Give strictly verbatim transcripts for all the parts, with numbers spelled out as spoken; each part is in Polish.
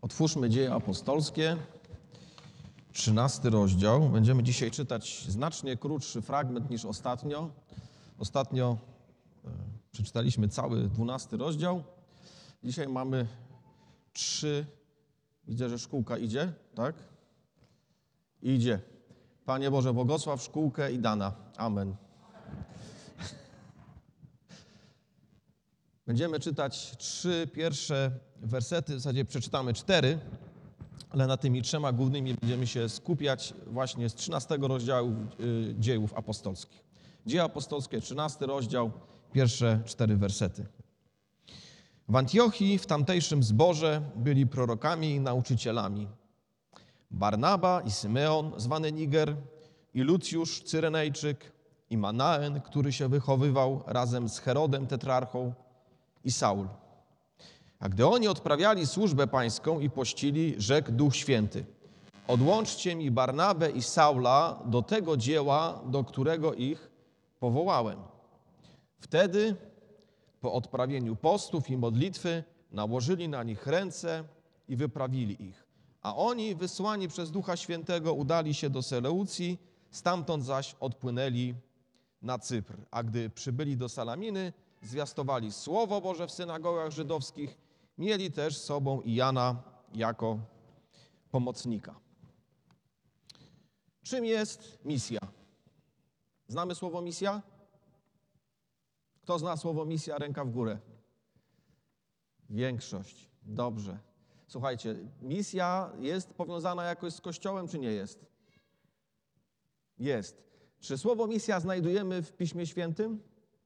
Otwórzmy Dzieje Apostolskie, trzynasty rozdział. Będziemy dzisiaj czytać znacznie krótszy fragment niż ostatnio. Ostatnio e, przeczytaliśmy cały dwunasty rozdział. Dzisiaj mamy trzy. Widzę, że szkółka idzie, tak? Idzie. Panie Boże, błogosław szkółkę i Dana. Amen. Będziemy czytać trzy pierwsze wersety, w zasadzie przeczytamy cztery, ale na tymi trzema głównymi będziemy się skupiać właśnie z trzynastego rozdziału y, Dziejów Apostolskich. Dzieje Apostolskie, trzynasty rozdział, pierwsze cztery wersety. W Antiochii, w tamtejszym zborze, byli prorokami i nauczycielami. Barnaba i Symeon, zwany Niger, i Lucjusz Cyrenejczyk, i Manaen, który się wychowywał razem z Herodem tetrarchą, i Saul. A gdy oni odprawiali służbę pańską i pościli, rzekł Duch Święty: odłączcie mi Barnabę i Saula do tego dzieła, do którego ich powołałem. Wtedy, po odprawieniu postów i modlitwy, nałożyli na nich ręce i wyprawili ich. A oni, wysłani przez Ducha Świętego, udali się do Seleucji, stamtąd zaś odpłynęli na Cypr. A gdy przybyli do Salaminy, zwiastowali Słowo Boże w synagogach żydowskich, mieli też z sobą i Jana jako pomocnika. Czym jest misja? Znamy słowo misja? Kto zna słowo misja? Ręka w górę. Większość. Dobrze. Słuchajcie, misja jest powiązana jakoś z Kościołem, czy nie jest? Jest. Czy słowo misja znajdujemy w Piśmie Świętym?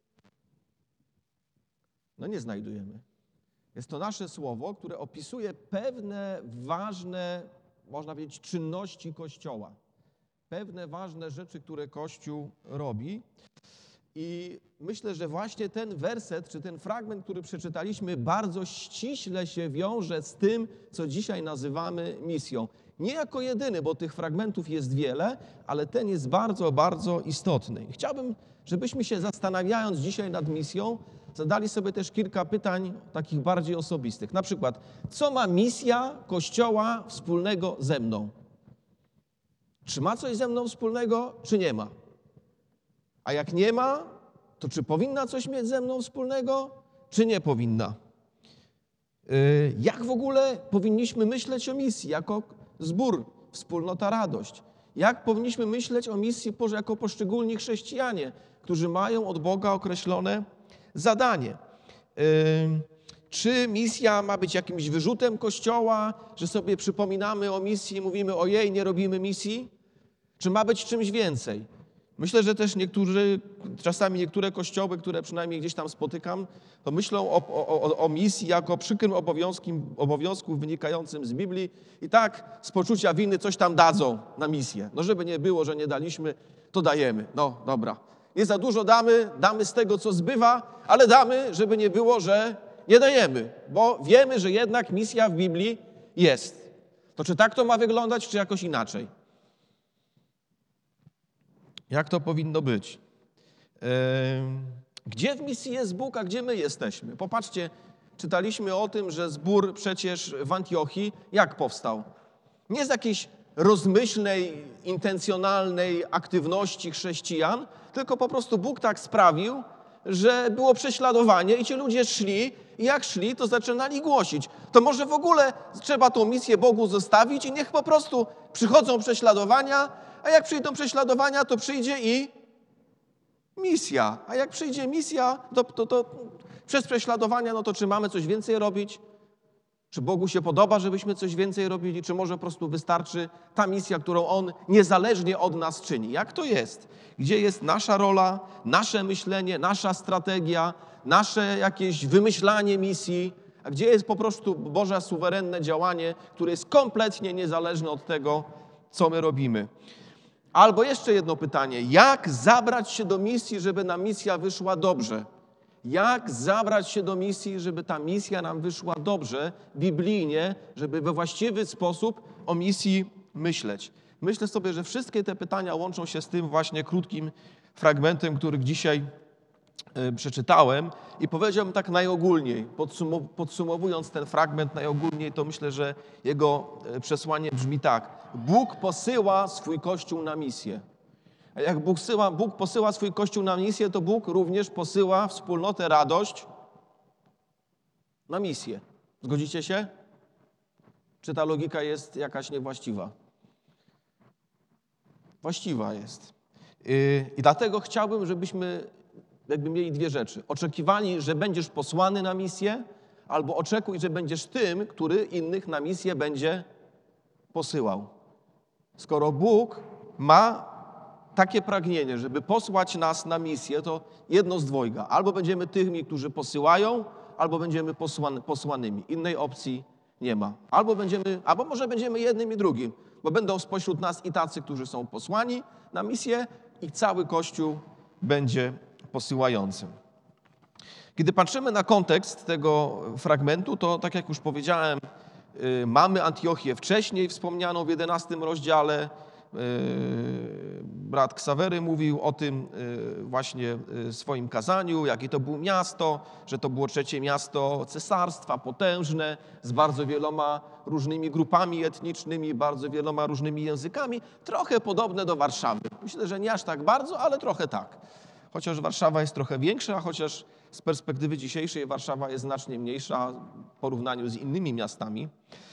No nie znajdujemy. Jest to nasze słowo, które opisuje pewne ważne, można powiedzieć, czynności Kościoła. Pewne ważne rzeczy, które Kościół robi. I myślę, że właśnie ten werset, czy ten fragment, który przeczytaliśmy, bardzo ściśle się wiąże z tym, co dzisiaj nazywamy misją. Nie jako jedyny, bo tych fragmentów jest wiele, ale ten jest bardzo, bardzo istotny. Chciałbym, żebyśmy się zastanawiając dzisiaj nad misją, zadali sobie też kilka pytań takich bardziej osobistych. Na przykład, co ma misja Kościoła wspólnego ze mną? Czy ma coś ze mną wspólnego, czy nie ma? A jak nie ma, to czy powinna coś mieć ze mną wspólnego, czy nie powinna? Jak w ogóle powinniśmy myśleć o misji jako zbór, wspólnota Radość? Jak powinniśmy myśleć o misji jako poszczególni chrześcijanie, którzy mają od Boga określone zadanie? Czy misja ma być jakimś wyrzutem Kościoła, że sobie przypominamy o misji i mówimy: ojej, nie robimy misji? Czy ma być czymś więcej? Myślę, że też niektórzy, czasami niektóre kościoły, które przynajmniej gdzieś tam spotykam, to myślą o, o, o misji jako przykrym obowiązku wynikającym z Biblii i tak z poczucia winy coś tam dadzą na misję. No żeby nie było, że nie daliśmy, to dajemy. No dobra. Nie za dużo damy, damy z tego, co zbywa, ale damy, żeby nie było, że nie dajemy, bo wiemy, że jednak misja w Biblii jest. To czy tak to ma wyglądać, czy jakoś inaczej? Jak to powinno być? Gdzie w misji jest Bóg, a gdzie my jesteśmy? Popatrzcie, czytaliśmy o tym, że zbór przecież w Antiochii jak powstał? Nie z jakiejś rozmyślnej, intencjonalnej aktywności chrześcijan, tylko po prostu Bóg tak sprawił, że było prześladowanie i ci ludzie szli i jak szli, to zaczynali głosić. To może w ogóle trzeba tą misję Bogu zostawić i niech po prostu przychodzą prześladowania, a jak przyjdą prześladowania, to przyjdzie i misja. A jak przyjdzie misja, to, to, to przez prześladowania, no to czy mamy coś więcej robić? Czy Bogu się podoba, żebyśmy coś więcej robili? Czy może po prostu wystarczy ta misja, którą On niezależnie od nas czyni? Jak to jest? Gdzie jest nasza rola, nasze myślenie, nasza strategia, nasze jakieś wymyślanie misji? A gdzie jest po prostu Boże suwerenne działanie, które jest kompletnie niezależne od tego, co my robimy? Albo jeszcze jedno pytanie. Jak zabrać się do misji, żeby nam misja wyszła dobrze? Jak zabrać się do misji, żeby ta misja nam wyszła dobrze, biblijnie, żeby we właściwy sposób o misji myśleć? Myślę sobie, że wszystkie te pytania łączą się z tym właśnie krótkim fragmentem, który dzisiaj przeczytałem i powiedziałbym tak najogólniej, podsumowując ten fragment najogólniej, to myślę, że jego przesłanie brzmi tak. Bóg posyła swój Kościół na misję. A jak Bóg posyła, Bóg posyła swój Kościół na misję, to Bóg również posyła wspólnotę, radość na misję. Zgodzicie się? Czy ta logika jest jakaś niewłaściwa? Właściwa jest. I dlatego chciałbym, żebyśmy jakby mieli dwie rzeczy. Oczekiwali, że będziesz posłany na misję, albo oczekuj, że będziesz tym, który innych na misję będzie posyłał. Skoro Bóg ma takie pragnienie, żeby posłać nas na misję, to jedno z dwojga. Albo będziemy tymi, którzy posyłają, albo będziemy posłan, posłanymi. Innej opcji nie ma. Albo będziemy, albo może będziemy jednym i drugim, bo będą spośród nas i tacy, którzy są posłani na misję i cały Kościół będzie posyłającym. Kiedy patrzymy na kontekst tego fragmentu, to tak jak już powiedziałem, mamy Antiochię wcześniej wspomnianą w jedenastym rozdziale. Brat Ksawery mówił o tym właśnie w swoim kazaniu, jakie to było miasto, że to było trzecie miasto cesarstwa, potężne, z bardzo wieloma różnymi grupami etnicznymi, bardzo wieloma różnymi językami, trochę podobne do Warszawy. Myślę, że nie aż tak bardzo, ale trochę tak. Chociaż Warszawa jest trochę większa, chociaż z perspektywy dzisiejszej Warszawa jest znacznie mniejsza w porównaniu z innymi miastami.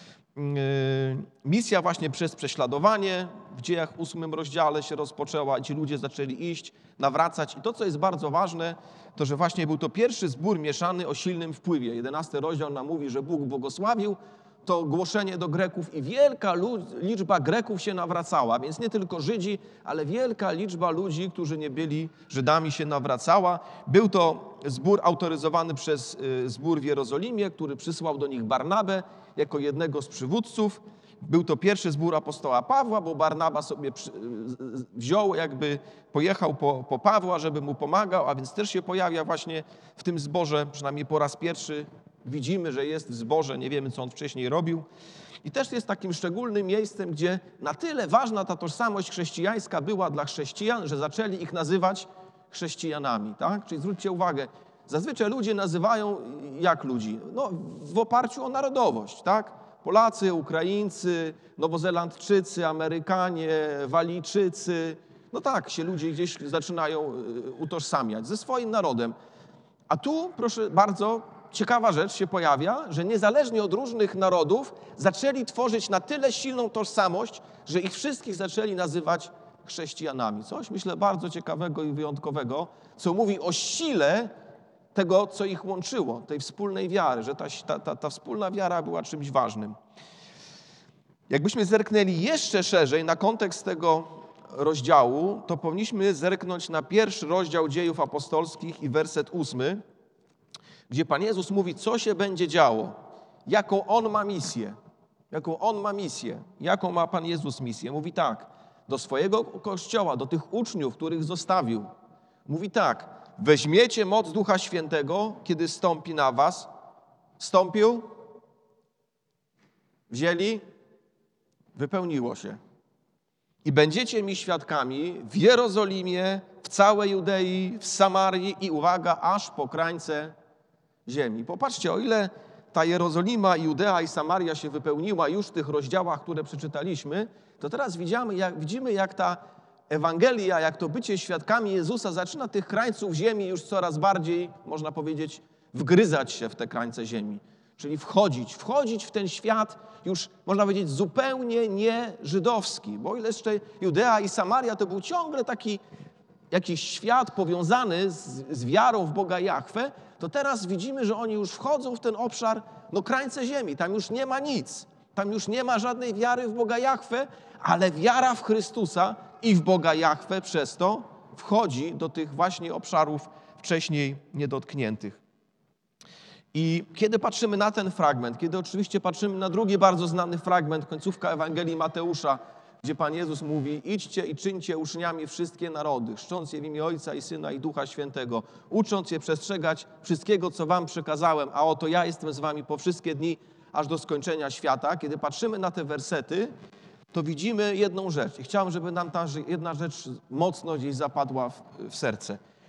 Misja właśnie przez prześladowanie w Dziejach w ósmym rozdziale się rozpoczęła i ci ludzie zaczęli iść, nawracać. I to, co jest bardzo ważne, to że właśnie był to pierwszy zbór mieszany o silnym wpływie. jedenasty rozdział nam mówi, że Bóg błogosławił to głoszenie do Greków i wielka liczba Greków się nawracała. Więc nie tylko Żydzi, ale wielka liczba ludzi, którzy nie byli Żydami, się nawracała. Był to zbór autoryzowany przez zbór w Jerozolimie, który przysłał do nich Barnabę jako jednego z przywódców. Był to pierwszy zbór apostoła Pawła, bo Barnaba sobie wziął, jakby pojechał po, po Pawła, żeby mu pomagał, a więc też się pojawia właśnie w tym zborze, przynajmniej po raz pierwszy widzimy, że jest w zborze, nie wiemy, co on wcześniej robił. I też jest takim szczególnym miejscem, gdzie na tyle ważna ta tożsamość chrześcijańska była dla chrześcijan, że zaczęli ich nazywać chrześcijanami. Tak? Czyli zwróćcie uwagę, zazwyczaj ludzie nazywają jak ludzi? No, w oparciu o narodowość. Tak? Polacy, Ukraińcy, Nowozelandczycy, Amerykanie, Walijczycy. No tak się ludzie gdzieś zaczynają utożsamiać ze swoim narodem. A tu, proszę bardzo, ciekawa rzecz się pojawia, że niezależnie od różnych narodów zaczęli tworzyć na tyle silną tożsamość, że ich wszystkich zaczęli nazywać chrześcijanami. Coś, myślę, bardzo ciekawego i wyjątkowego, co mówi o sile tego, co ich łączyło, tej wspólnej wiary, że ta, ta, ta wspólna wiara była czymś ważnym. Jakbyśmy zerknęli jeszcze szerzej na kontekst tego rozdziału, to powinniśmy zerknąć na pierwszy rozdział Dziejów Apostolskich i werset ósmy, gdzie Pan Jezus mówi, co się będzie działo, jaką On ma misję, jaką On ma misję, jaką ma Pan Jezus misję. Mówi tak, do swojego Kościoła, do tych uczniów, których zostawił. Mówi tak, weźmiecie moc Ducha Świętego, kiedy stąpi na was. Stąpił? Wzięli? Wypełniło się. I będziecie mi świadkami w Jerozolimie, w całej Judei, w Samarii i uwaga, aż po krańce ziemi. Popatrzcie, o ile ta Jerozolima, Judea i Samaria się wypełniła już w tych rozdziałach, które przeczytaliśmy, to teraz widzimy jak, widzimy, jak ta Ewangelia, jak to bycie świadkami Jezusa zaczyna tych krańców ziemi już coraz bardziej, można powiedzieć, wgryzać się w te krańce ziemi. Czyli wchodzić, wchodzić w ten świat już, można powiedzieć, zupełnie nie żydowski. Bo o ile jeszcze Judea i Samaria to był ciągle taki jakiś świat powiązany z, z wiarą w Boga Jahwe, to teraz widzimy, że oni już wchodzą w ten obszar, no krańce ziemi, tam już nie ma nic. Tam już nie ma żadnej wiary w Boga Jahwe, ale wiara w Chrystusa i w Boga Jahwe przez to wchodzi do tych właśnie obszarów wcześniej niedotkniętych. I kiedy patrzymy na ten fragment, kiedy oczywiście patrzymy na drugi bardzo znany fragment, końcówka Ewangelii Mateusza, gdzie Pan Jezus mówi, idźcie i czyńcie uczniami wszystkie narody, chrzcząc je w imię Ojca i Syna i Ducha Świętego, ucząc je przestrzegać wszystkiego, co wam przekazałem, a oto ja jestem z wami po wszystkie dni, aż do skończenia świata. Kiedy patrzymy na te wersety, to widzimy jedną rzecz. I chciałem, żeby nam ta jedna rzecz mocno gdzieś zapadła w, w serce.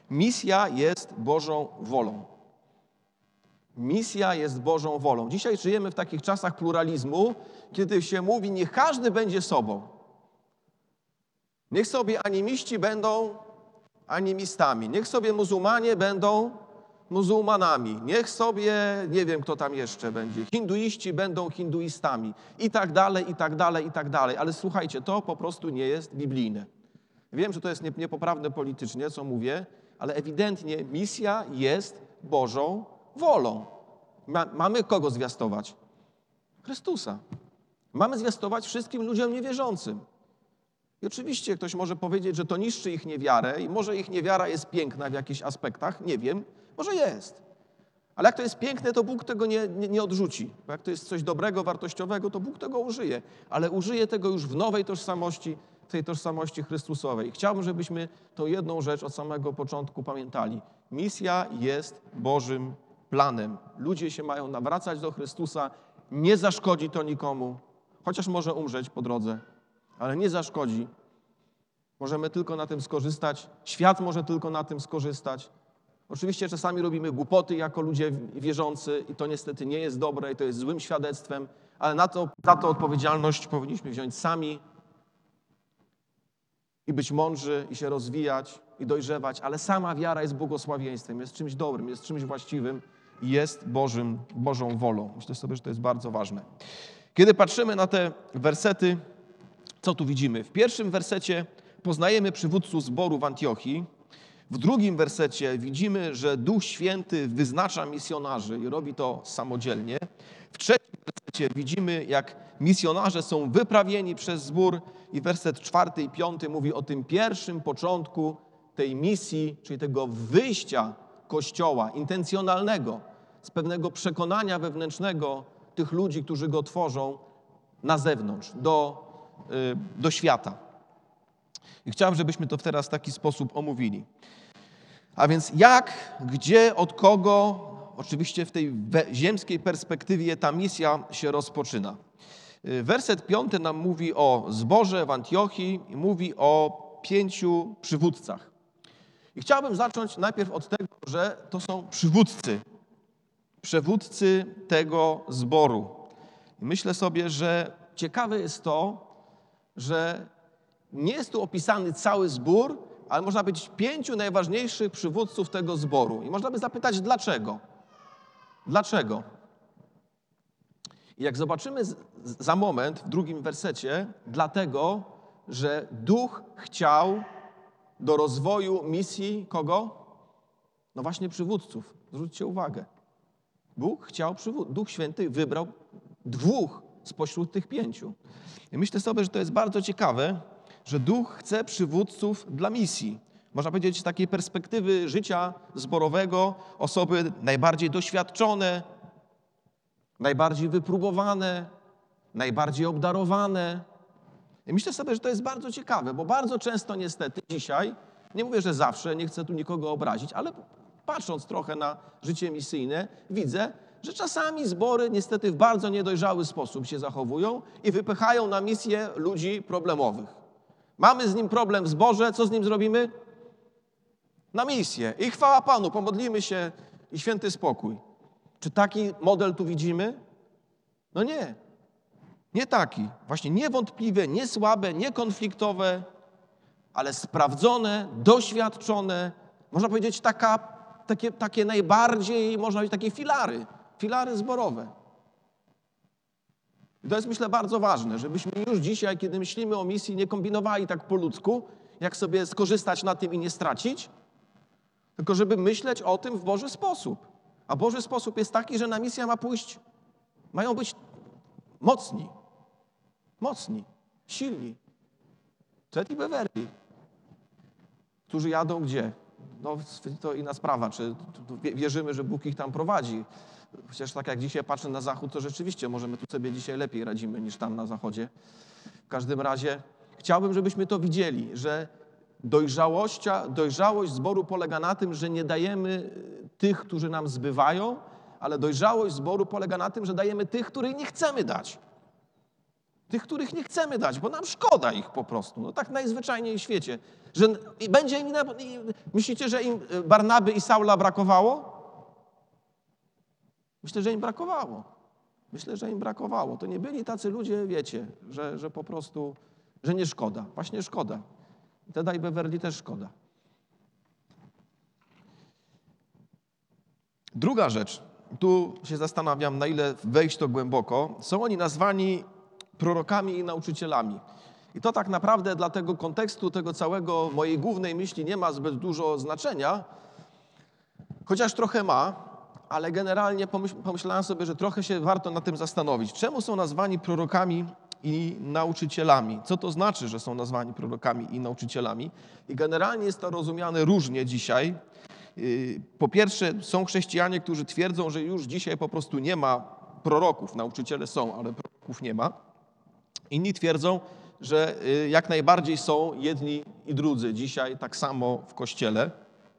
Misja jest Bożą wolą. Misja jest Bożą wolą. Dzisiaj żyjemy w takich czasach pluralizmu, kiedy się mówi, niech każdy będzie sobą. Niech sobie animiści będą animistami. Niech sobie muzułmanie będą muzułmanami. Niech sobie, nie wiem kto tam jeszcze będzie, hinduiści będą hinduistami. I tak dalej, i tak dalej, i tak dalej. Ale słuchajcie, to po prostu nie jest biblijne. Wiem, że to jest niepoprawne politycznie, co mówię, ale ewidentnie misja jest Bożą wolą. Ma, mamy kogo zwiastować? Chrystusa. Mamy zwiastować wszystkim ludziom niewierzącym. I oczywiście ktoś może powiedzieć, że to niszczy ich niewiarę i może ich niewiara jest piękna w jakichś aspektach, nie wiem, może jest. Ale jak to jest piękne, to Bóg tego nie, nie, nie odrzuci. Bo jak to jest coś dobrego, wartościowego, to Bóg tego użyje. Ale użyje tego już w nowej tożsamości, tej tożsamości Chrystusowej. Chciałbym, żebyśmy tą jedną rzecz od samego początku pamiętali. Misja jest Bożym planem. Ludzie się mają nawracać do Chrystusa. Nie zaszkodzi to nikomu, chociaż może umrzeć po drodze, ale nie zaszkodzi. Możemy tylko na tym skorzystać. Świat może tylko na tym skorzystać. Oczywiście czasami robimy głupoty jako ludzie wierzący i to niestety nie jest dobre i to jest złym świadectwem, ale na to, za to odpowiedzialność powinniśmy wziąć sami i być mądrzy i się rozwijać i dojrzewać, ale sama wiara jest błogosławieństwem, jest czymś dobrym, jest czymś właściwym i jest Bożym, Bożą wolą. Myślę sobie, że to jest bardzo ważne. Kiedy patrzymy na te wersety, co tu widzimy? W pierwszym wersecie poznajemy przywódców zboru w Antiochii. W drugim wersecie widzimy, że Duch Święty wyznacza misjonarzy i robi to samodzielnie. W trzecim wersecie widzimy, jak misjonarze są wyprawieni przez zbór i werset czwarty i piąty mówi o tym pierwszym początku tej misji, czyli tego wyjścia Kościoła intencjonalnego, z pewnego przekonania wewnętrznego tych ludzi, którzy go tworzą, na zewnątrz, do, do świata. I chciałem, żebyśmy to teraz w taki sposób omówili. A więc jak, gdzie, od kogo, oczywiście w tej ziemskiej perspektywie ta misja się rozpoczyna. Werset piąty nam mówi o zborze w Antiochii i mówi o pięciu przywódcach. I chciałbym zacząć najpierw od tego, że to są przywódcy, przywódcy tego zboru. I myślę sobie, że ciekawe jest to, że nie jest tu opisany cały zbór, ale można być pięciu najważniejszych przywódców tego zboru. I można by zapytać, dlaczego? Dlaczego? I jak zobaczymy za moment w drugim wersecie, dlatego, że Duch chciał do rozwoju misji kogo? No właśnie przywódców. Zwróćcie uwagę. Bóg chciał przywódców. Duch Święty wybrał dwóch spośród tych pięciu. I myślę sobie, że to jest bardzo ciekawe, że Duch chce przywódców dla misji. Można powiedzieć z takiej perspektywy życia zborowego, osoby najbardziej doświadczone, najbardziej wypróbowane, najbardziej obdarowane. I myślę sobie, że to jest bardzo ciekawe, bo bardzo często niestety dzisiaj, nie mówię, że zawsze, nie chcę tu nikogo obrazić, ale patrząc trochę na życie misyjne, widzę, że czasami zbory niestety w bardzo niedojrzały sposób się zachowują i wypychają na misję ludzi problemowych. Mamy z nim problem w zborze, co z nim zrobimy? Na misję. I chwała Panu, pomodlimy się i święty spokój. Czy taki model tu widzimy? No nie. Nie taki. Właśnie niewątpliwe, nie słabe, nie konfliktowe, ale sprawdzone, doświadczone. Można powiedzieć taka, takie, takie najbardziej, można powiedzieć takie filary. Filary zborowe. I to jest, myślę, bardzo ważne, żebyśmy już dzisiaj, kiedy myślimy o misji, nie kombinowali tak po ludzku, jak sobie skorzystać na tym i nie stracić, tylko żeby myśleć o tym w Boży sposób. A Boży sposób jest taki, że na misję ma pójść, mają być mocni, mocni, silni. Ceti Beverly, którzy jadą gdzie? No to inna sprawa, czy wierzymy, że Bóg ich tam prowadzi. Chociaż tak jak dzisiaj patrzę na zachód, to rzeczywiście możemy tu sobie dzisiaj lepiej radzimy niż tam na zachodzie. W każdym razie chciałbym, żebyśmy to widzieli, że dojrzałość, dojrzałość zboru polega na tym, że nie dajemy tych, którzy nam zbywają, ale dojrzałość zboru polega na tym, że dajemy tych, których nie chcemy dać. Tych, których nie chcemy dać, bo nam szkoda ich po prostu. No tak najzwyczajniej w świecie. Że będzie im, myślicie, że im Barnaby i Saula brakowało? Myślę, że im brakowało. Myślę, że im brakowało. To nie byli tacy ludzie, wiecie, że, że po prostu, że nie szkoda. Właśnie szkoda. Teda i Beverly też szkoda. Druga rzecz. Tu się zastanawiam, na ile wejść to głęboko. Są oni nazwani prorokami i nauczycielami. I to tak naprawdę dla tego kontekstu, tego całego mojej głównej myśli nie ma zbyt dużo znaczenia, chociaż trochę ma, ale generalnie pomyślałem sobie, że trochę się warto nad tym zastanowić. Czemu są nazwani prorokami i nauczycielami? Co to znaczy, że są nazwani prorokami i nauczycielami? I generalnie jest to rozumiane różnie dzisiaj. Po pierwsze, są chrześcijanie, którzy twierdzą, że już dzisiaj po prostu nie ma proroków. Nauczyciele są, ale proroków nie ma. Inni twierdzą, że jak najbardziej są jedni i drudzy dzisiaj, tak samo w Kościele.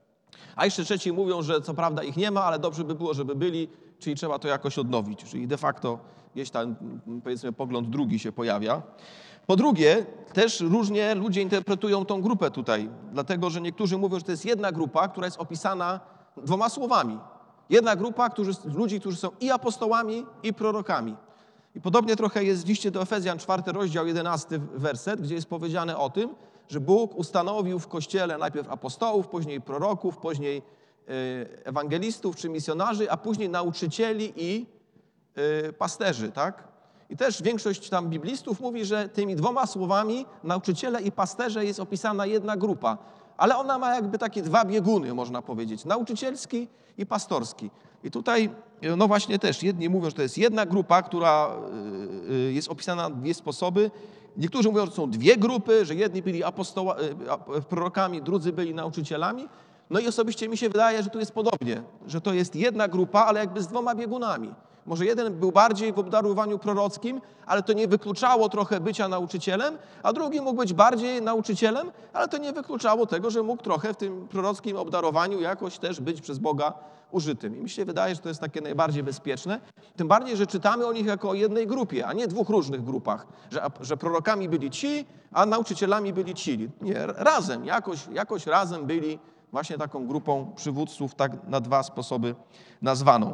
A jeszcze trzeci mówią, że co prawda ich nie ma, ale dobrze by było, żeby byli, czyli trzeba to jakoś odnowić. Czyli de facto gdzieś tam, powiedzmy, pogląd drugi się pojawia. Po drugie, też różnie ludzie interpretują tą grupę tutaj, dlatego że niektórzy mówią, że to jest jedna grupa, która jest opisana dwoma słowami. Jedna grupa którzy, ludzi, którzy są i apostołami, i prorokami. I podobnie trochę jest w liście do Efezjan, czwarty rozdział, jedenasty werset, gdzie jest powiedziane o tym, że Bóg ustanowił w Kościele najpierw apostołów, później proroków, później ewangelistów czy misjonarzy, a później nauczycieli i pasterzy, tak? I też większość tam biblistów mówi, że tymi dwoma słowami nauczyciele i pasterze jest opisana jedna grupa, ale ona ma jakby takie dwa bieguny, można powiedzieć, nauczycielski i pastorski. I tutaj, no właśnie też, jedni mówią, że to jest jedna grupa, która jest opisana na dwie sposoby. Niektórzy mówią, że są dwie grupy, że jedni byli apostoła, prorokami, drudzy byli nauczycielami. No i osobiście mi się wydaje, że tu jest podobnie, że to jest jedna grupa, ale jakby z dwoma biegunami. Może jeden był bardziej w obdarowaniu prorockim, ale to nie wykluczało trochę bycia nauczycielem, a drugi mógł być bardziej nauczycielem, ale to nie wykluczało tego, że mógł trochę w tym prorockim obdarowaniu jakoś też być przez Boga użytym. I mi się wydaje, że to jest takie najbardziej bezpieczne. Tym bardziej, że czytamy o nich jako o jednej grupie, a nie dwóch różnych grupach. Że, że prorokami byli ci, a nauczycielami byli ci. Nie, razem, jakoś, jakoś razem byli właśnie taką grupą przywódców, tak na dwa sposoby nazwaną.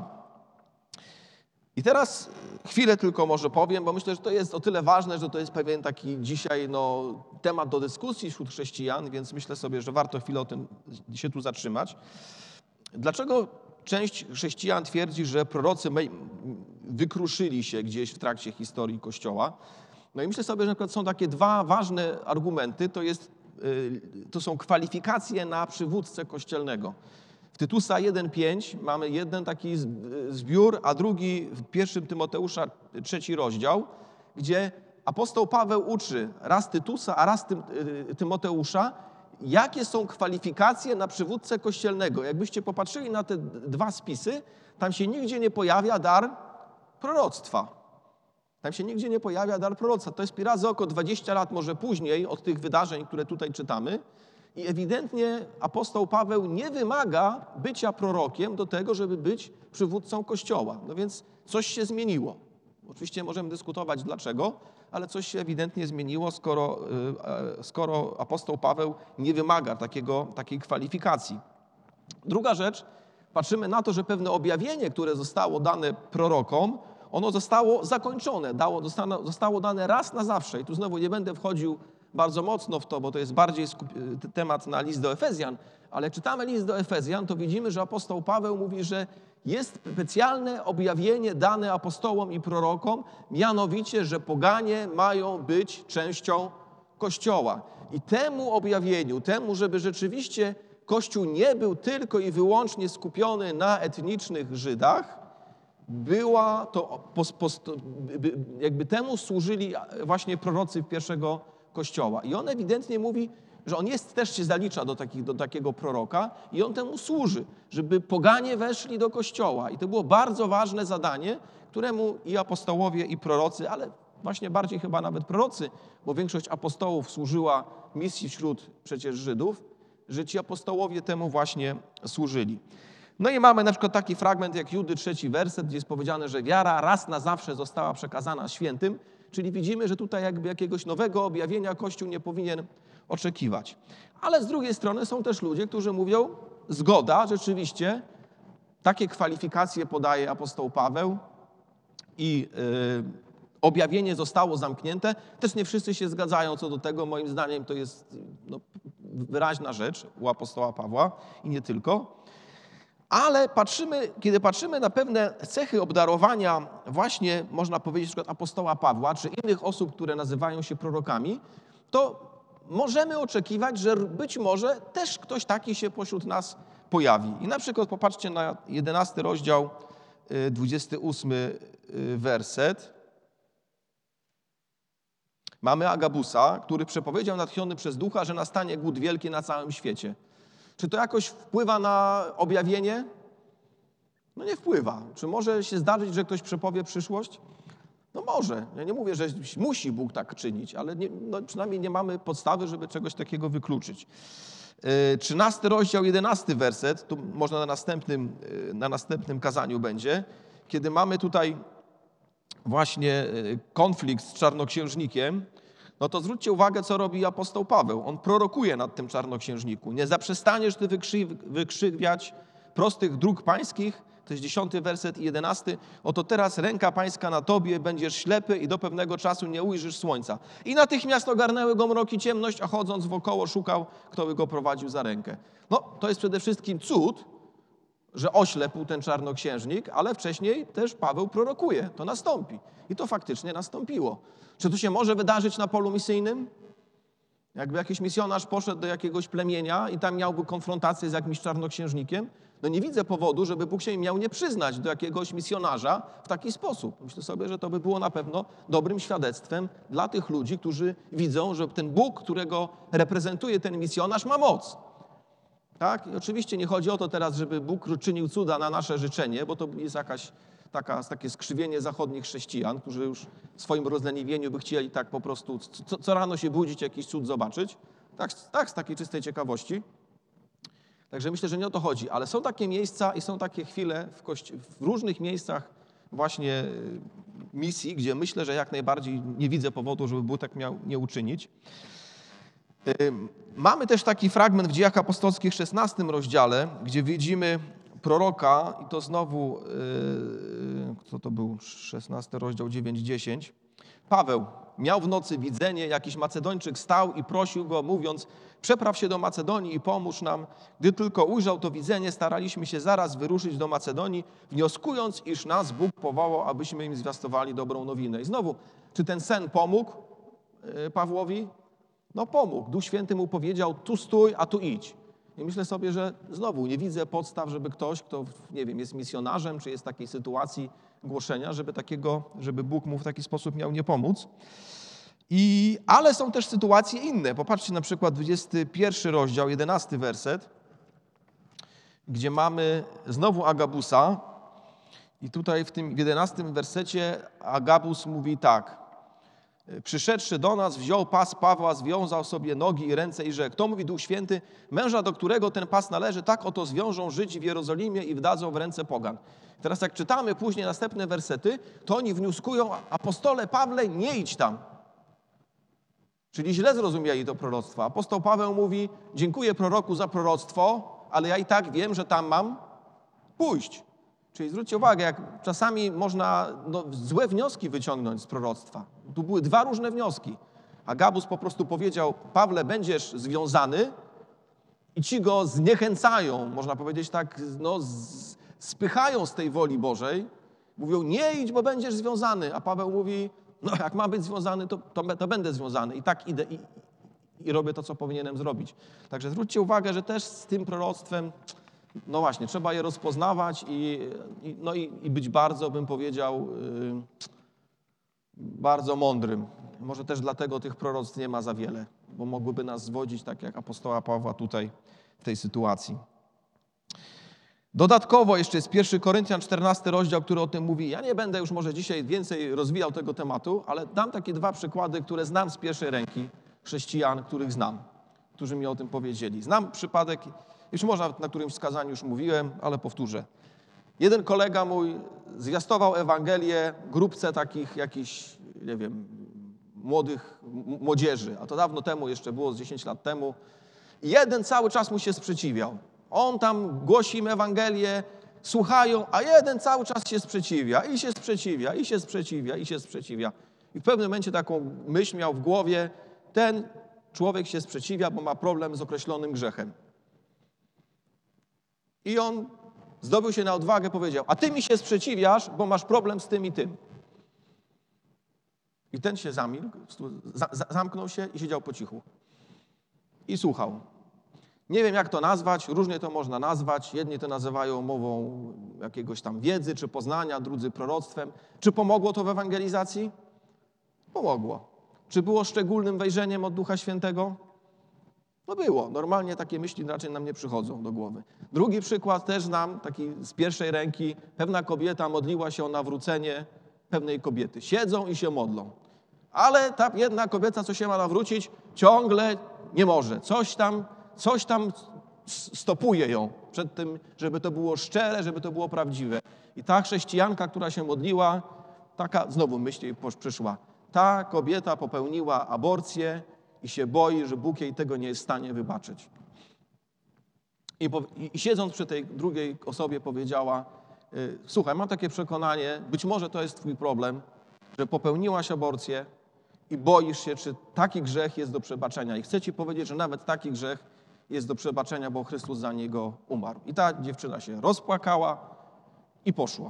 I teraz chwilę tylko może powiem, bo myślę, że to jest o tyle ważne, że to jest pewien taki dzisiaj no, temat do dyskusji wśród chrześcijan, więc myślę sobie, że warto chwilę o tym się tu zatrzymać. Dlaczego część chrześcijan twierdzi, że prorocy wykruszyli się gdzieś w trakcie historii Kościoła? No i myślę sobie, że na przykład są takie dwa ważne argumenty, to, jest, to są kwalifikacje na przywódcę kościelnego. W Tytusa jeden pięć mamy jeden taki zbiór, a drugi w pierwszym Tymoteusza trzeci rozdział, gdzie apostoł Paweł uczy raz Tytusa, a raz Tymoteusza, jakie są kwalifikacje na przywódcę kościelnego. Jakbyście popatrzyli na te dwa spisy, tam się nigdzie nie pojawia dar proroctwa. Tam się nigdzie nie pojawia dar proroctwa. To jest razy około dwadzieścia lat może później od tych wydarzeń, które tutaj czytamy. I ewidentnie apostoł Paweł nie wymaga bycia prorokiem do tego, żeby być przywódcą Kościoła. No więc coś się zmieniło. Oczywiście możemy dyskutować dlaczego, ale coś się ewidentnie zmieniło, skoro, skoro apostoł Paweł nie wymaga takiego, takiej kwalifikacji. Druga rzecz, patrzymy na to, że pewne objawienie, które zostało dane prorokom, ono zostało zakończone, dało, zostało dane raz na zawsze. I tu znowu nie będę wchodził bardzo mocno w to, bo to jest bardziej skup- temat na list do Efezjan, ale jak czytamy list do Efezjan, to widzimy, że apostoł Paweł mówi, że jest specjalne objawienie dane apostołom i prorokom, mianowicie, że poganie mają być częścią Kościoła. I temu objawieniu, temu, żeby rzeczywiście Kościół nie był tylko i wyłącznie skupiony na etnicznych Żydach, była to, jakby temu służyli właśnie prorocy pierwszego Kościoła. I on ewidentnie mówi, że on jest, też się zalicza do, takich, do takiego proroka i on temu służy, żeby poganie weszli do Kościoła. I to było bardzo ważne zadanie, któremu i apostołowie, i prorocy, ale właśnie bardziej chyba nawet prorocy, bo większość apostołów służyła misji wśród przecież Żydów, że ci apostołowie temu właśnie służyli. No i mamy na przykład taki fragment jak Judy, trzeci werset, gdzie jest powiedziane, że wiara raz na zawsze została przekazana świętym. Czyli widzimy, że tutaj jakby jakiegoś nowego objawienia Kościół nie powinien oczekiwać. Ale z drugiej strony są też ludzie, którzy mówią, zgoda, rzeczywiście, takie kwalifikacje podaje apostoł Paweł i yy, objawienie zostało zamknięte. Też nie wszyscy się zgadzają co do tego. Moim zdaniem to jest no, wyraźna rzecz u apostoła Pawła i nie tylko. Ale patrzymy, kiedy patrzymy na pewne cechy obdarowania właśnie, można powiedzieć, na przykład apostoła Pawła, czy innych osób, które nazywają się prorokami, to możemy oczekiwać, że być może też ktoś taki się pośród nas pojawi. I na przykład popatrzcie na jedenasty rozdział, dwudziesty ósmy werset. Mamy Agabusa, który przepowiedział natchniony przez Ducha, że nastanie głód wielki na całym świecie. Czy to jakoś wpływa na objawienie? No nie wpływa. Czy może się zdarzyć, że ktoś przepowie przyszłość? No może. Ja nie mówię, że musi Bóg tak czynić, ale nie, no przynajmniej nie mamy podstawy, żeby czegoś takiego wykluczyć. Trzynasty rozdział, jedenasty werset, tu można na następnym, na następnym kazaniu będzie, kiedy mamy tutaj właśnie konflikt z czarnoksiężnikiem, no to zwróćcie uwagę, co robi apostoł Paweł. On prorokuje nad tym czarnoksiężniku. Nie zaprzestaniesz ty wykrzywiać prostych dróg pańskich, to jest dziesiąty werset i jedenasty. Oto teraz ręka pańska na tobie, będziesz ślepy i do pewnego czasu nie ujrzysz słońca. I natychmiast ogarnęły go mrok i ciemność, a chodząc wokoło szukał, kto by go prowadził za rękę. No, to jest przede wszystkim cud, że oślepł ten czarnoksiężnik, ale wcześniej też Paweł prorokuje. To nastąpi. I to faktycznie nastąpiło. Czy to się może wydarzyć na polu misyjnym? Jakby jakiś misjonarz poszedł do jakiegoś plemienia i tam miałby konfrontację z jakimś czarnoksiężnikiem, no nie widzę powodu, żeby Bóg się miał nie przyznać do jakiegoś misjonarza w taki sposób. Myślę sobie, że to by było na pewno dobrym świadectwem dla tych ludzi, którzy widzą, że ten Bóg, którego reprezentuje ten misjonarz, ma moc. Tak? I oczywiście nie chodzi o to teraz, żeby Bóg czynił cuda na nasze życzenie, bo to jest jakaś taka, takie skrzywienie zachodnich chrześcijan, którzy już w swoim rozleniwieniu by chcieli tak po prostu co, co rano się budzić, jakiś cud zobaczyć. Tak, tak, z takiej czystej ciekawości. Także myślę, że nie o to chodzi, ale są takie miejsca i są takie chwile w, kości- w różnych miejscach właśnie misji, gdzie myślę, że jak najbardziej nie widzę powodu, żeby Bóg tak miał nie uczynić. Mamy też taki fragment w Dziejach Apostolskich w szesnastym rozdziale, gdzie widzimy proroka i to znowu, co to był, szesnasty rozdział, dziewięć dziesięć. Paweł miał w nocy widzenie, jakiś Macedończyk stał i prosił go, mówiąc, przepraw się do Macedonii i pomóż nam. Gdy tylko ujrzał to widzenie, staraliśmy się zaraz wyruszyć do Macedonii, wnioskując, iż nas Bóg powołał, abyśmy im zwiastowali dobrą nowinę. I znowu, czy ten sen pomógł Pawłowi? No pomógł. Duch Święty mu powiedział, tu stój, a tu idź. I myślę sobie, że znowu nie widzę podstaw, żeby ktoś, kto, nie wiem, jest misjonarzem, czy jest w takiej sytuacji głoszenia, żeby takiego, żeby Bóg mu w taki sposób miał nie pomóc. I, ale są też sytuacje inne. Popatrzcie na przykład dwudziesty pierwszy rozdział, jedenasty werset, gdzie mamy znowu Agabusa. I tutaj w tym jedenastym wersecie Agabus mówi tak. Przyszedłszy do nas, wziął pas Pawła, związał sobie nogi i ręce i rzekł. To mówi Duch Święty, męża, do którego ten pas należy, tak oto zwiążą Żydzi w Jerozolimie i wdadzą w ręce pogan. Teraz jak czytamy później następne wersety, to oni wnioskują, apostole Pawle, nie idź tam. Czyli źle zrozumieli to proroctwo. Apostoł Paweł mówi, dziękuję proroku za proroctwo, ale ja i tak wiem, że tam mam pójść. Czyli zwróćcie uwagę, jak czasami można no, złe wnioski wyciągnąć z proroctwa. Tu były dwa różne wnioski. Agabus po prostu powiedział, Pawle, będziesz związany i ci go zniechęcają, można powiedzieć tak, no, z, spychają z tej woli Bożej. Mówią, nie idź, bo będziesz związany. A Paweł mówi, no jak mam być związany, to, to, to będę związany. I tak idę i, i robię to, co powinienem zrobić. Także zwróćcie uwagę, że też z tym proroctwem no właśnie, trzeba je rozpoznawać i, i, no i, i być bardzo, bym powiedział, yy, bardzo mądrym. Może też dlatego tych proroctw nie ma za wiele, bo mogłyby nas zwodzić, tak jak apostoła Pawła tutaj w tej sytuacji. Dodatkowo jeszcze jest pierwszy Koryntian, czternasty rozdział, który o tym mówi. Ja nie będę już może dzisiaj więcej rozwijał tego tematu, ale dam takie dwa przykłady, które znam z pierwszej ręki chrześcijan, których znam, którzy mi o tym powiedzieli. Znam przypadek, już może na którymś skazaniu już mówiłem, ale powtórzę. Jeden kolega mój zwiastował Ewangelię grupce takich jakichś, nie wiem, młodych m- młodzieży, a to dawno temu jeszcze było, z dziesięć lat temu. I jeden cały czas mu się sprzeciwiał. On tam głosi im Ewangelię, słuchają, a jeden cały czas się sprzeciwia i się sprzeciwia, i się sprzeciwia, i się sprzeciwia. I w pewnym momencie taką myśl miał w głowie, ten człowiek się sprzeciwia, bo ma problem z określonym grzechem. I on zdobył się na odwagę, powiedział, a ty mi się sprzeciwiasz, bo masz problem z tym i tym. I ten się zamilkł, za, za, zamknął się i siedział po cichu. I słuchał. Nie wiem, jak to nazwać, różnie to można nazwać. Jedni to nazywają mową jakiegoś tam wiedzy czy poznania, drudzy proroctwem. Czy pomogło to w ewangelizacji? Pomogło. Czy było szczególnym wejrzeniem od Ducha Świętego? No było. Normalnie takie myśli raczej nam nie przychodzą do głowy. Drugi przykład też znam, taki z pierwszej ręki. Pewna kobieta modliła się o nawrócenie pewnej kobiety. Siedzą i się modlą. Ale ta jedna kobieta, co się ma nawrócić, ciągle nie może. Coś tam, coś tam stopuje ją przed tym, żeby to było szczere, żeby to było prawdziwe. I ta chrześcijanka, która się modliła, taka, znowu myśl jej przyszła, ta kobieta popełniła aborcję i się boi, że Bóg jej tego nie jest w stanie wybaczyć. I, po, i, i siedząc przy tej drugiej osobie powiedziała, y, słuchaj, mam takie przekonanie, być może to jest twój problem, że popełniłaś aborcję i boisz się, czy taki grzech jest do przebaczenia. I chcę ci powiedzieć, że nawet taki grzech jest do przebaczenia, bo Chrystus za niego umarł. I ta dziewczyna się rozpłakała i poszła.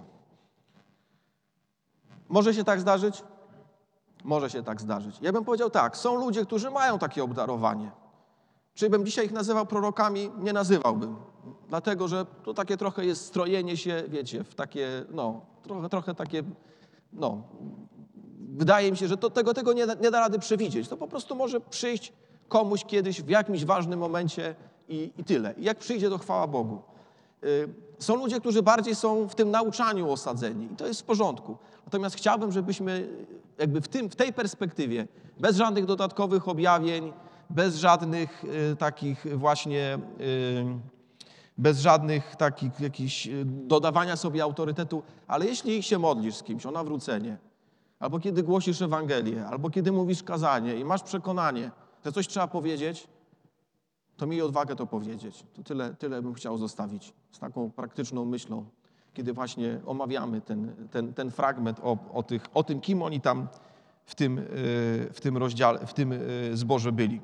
Może się tak zdarzyć? Może się tak zdarzyć. Ja bym powiedział tak, są ludzie, którzy mają takie obdarowanie. Czy bym dzisiaj ich nazywał prorokami? Nie nazywałbym. Dlatego, że to takie trochę jest strojenie się, wiecie, w takie, no, trochę, trochę takie, no, wydaje mi się, że to, tego, tego nie, nie da rady przewidzieć. To po prostu może przyjść komuś kiedyś w jakimś ważnym momencie i, i tyle. I jak przyjdzie, to chwała Bogu. Y, są ludzie, którzy bardziej są w tym nauczaniu osadzeni i to jest w porządku. Natomiast chciałbym, żebyśmy jakby w, tym, w tej perspektywie, bez żadnych dodatkowych objawień, bez żadnych y, takich właśnie, y, bez żadnych takich jakichś dodawania sobie autorytetu, ale jeśli się modlisz z kimś o nawrócenie, albo kiedy głosisz Ewangelię, albo kiedy mówisz kazanie i masz przekonanie, że coś trzeba powiedzieć, to miej odwagę to powiedzieć. To tyle, tyle bym chciał zostawić z taką praktyczną myślą, kiedy właśnie omawiamy ten, ten, ten fragment o, o, tych, o tym, kim oni tam w tym, w tym rozdziale, w tym zborze byli.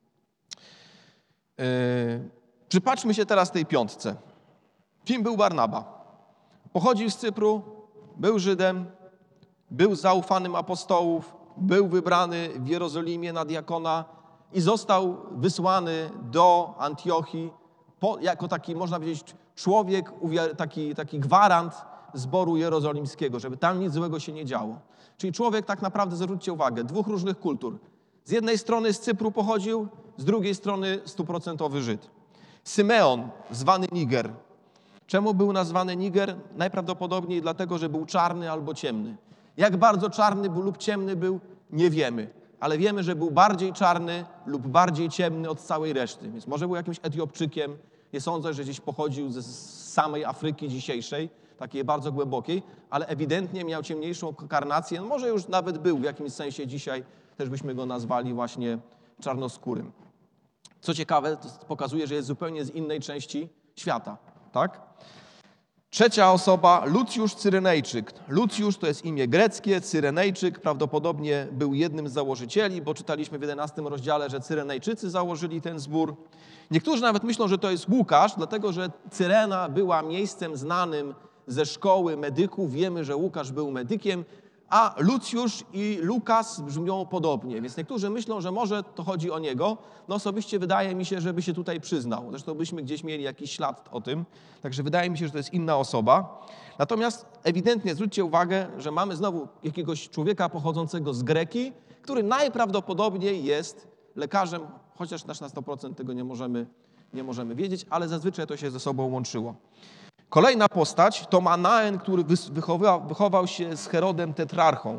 Przypatrzmy się teraz tej piątce. Kim był Barnaba? Pochodził z Cypru, był Żydem, był zaufanym apostołów, był wybrany w Jerozolimie na diakona i został wysłany do Antiochii po, jako taki, można powiedzieć, człowiek, taki, taki gwarant zboru jerozolimskiego, żeby tam nic złego się nie działo. Czyli człowiek tak naprawdę, zwróćcie uwagę, dwóch różnych kultur. Z jednej strony z Cypru pochodził, z drugiej strony stuprocentowy Żyd. Symeon, zwany Niger. Czemu był nazwany Niger? Najprawdopodobniej dlatego, że był czarny albo ciemny. Jak bardzo czarny był lub ciemny był, nie wiemy. Ale wiemy, że był bardziej czarny lub bardziej ciemny od całej reszty. Więc może był jakimś Etiopczykiem. Nie sądzę, że gdzieś pochodził z samej Afryki dzisiejszej, takiej bardzo głębokiej, ale ewidentnie miał ciemniejszą karnację. No może już nawet był w jakimś sensie dzisiaj, też byśmy go nazwali właśnie czarnoskórym. Co ciekawe, to pokazuje, że jest zupełnie z innej części świata. Tak? Trzecia osoba, Lucjusz Cyrenejczyk. Lucjusz to jest imię greckie, Cyrenejczyk prawdopodobnie był jednym z założycieli, bo czytaliśmy w jedenastym rozdziale, że Cyrenejczycy założyli ten zbór. Niektórzy nawet myślą, że to jest Łukasz, dlatego że Cyrena była miejscem znanym ze szkoły medyków. Wiemy, że Łukasz był medykiem, a Lucjusz i Lukas brzmią podobnie. Więc niektórzy myślą, że może to chodzi o niego. No osobiście wydaje mi się, żeby się tutaj przyznał. Zresztą byśmy gdzieś mieli jakiś ślad o tym. Także wydaje mi się, że to jest inna osoba. Natomiast ewidentnie zwróćcie uwagę, że mamy znowu jakiegoś człowieka pochodzącego z Greki, który najprawdopodobniej jest lekarzem, chociaż na sto procent tego nie możemy, nie możemy wiedzieć, ale zazwyczaj to się ze sobą łączyło. Kolejna postać to Manaen, który wychowywał, wychował się z Herodem tetrarchą.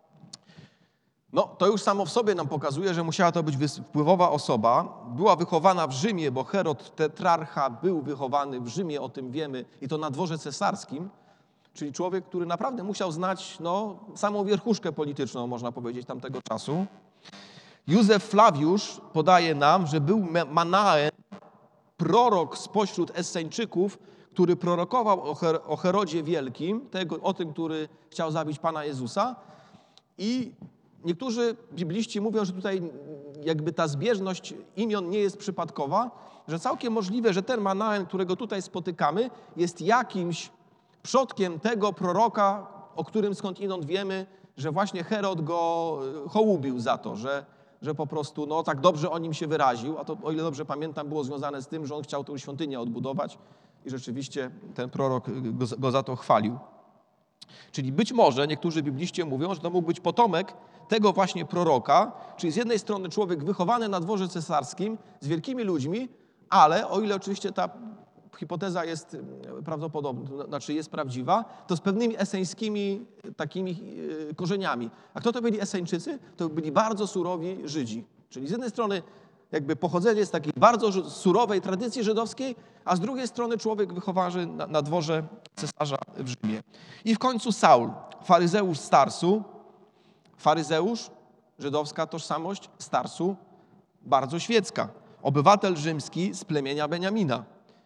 No, to już samo w sobie nam pokazuje, że musiała to być wpływowa osoba. Była wychowana w Rzymie, bo Herod tetrarcha był wychowany w Rzymie, o tym wiemy, i to na dworze cesarskim. czyli człowiek, który naprawdę musiał znać no, samą wierchuszkę polityczną, można powiedzieć, tamtego czasu. Józef Flawiusz podaje nam, że był Manaen, prorok spośród Esseńczyków, który prorokował o, Her- o Herodzie Wielkim, tego, o tym, który chciał zabić Pana Jezusa. I niektórzy bibliści mówią, że tutaj jakby ta zbieżność imion nie jest przypadkowa, że całkiem możliwe, że ten Manaen, którego tutaj spotykamy, jest jakimś przodkiem tego proroka, o którym skądinąd wiemy, że właśnie Herod go hołubił za to, że, że po prostu no, tak dobrze o nim się wyraził, a to, o ile dobrze pamiętam, było związane z tym, że on chciał tę świątynię odbudować i rzeczywiście ten prorok go, go za to chwalił. Czyli być może niektórzy bibliści mówią, że to mógł być potomek tego właśnie proroka, czyli z jednej strony człowiek wychowany na dworze cesarskim z wielkimi ludźmi, ale o ile oczywiście ta hipoteza jest prawdopodobna, znaczy jest prawdziwa, to z pewnymi eseńskimi takimi korzeniami. A kto to byli Eseńczycy? To byli bardzo surowi Żydzi. Czyli z jednej strony jakby pochodzenie z takiej bardzo surowej tradycji żydowskiej, a z drugiej strony człowiek wychowany na, na dworze cesarza w Rzymie. I w końcu Saul, faryzeusz z Tarsu. Faryzeusz, żydowska tożsamość, z Tarsu, bardzo świecka. Obywatel rzymski z plemienia Beniamina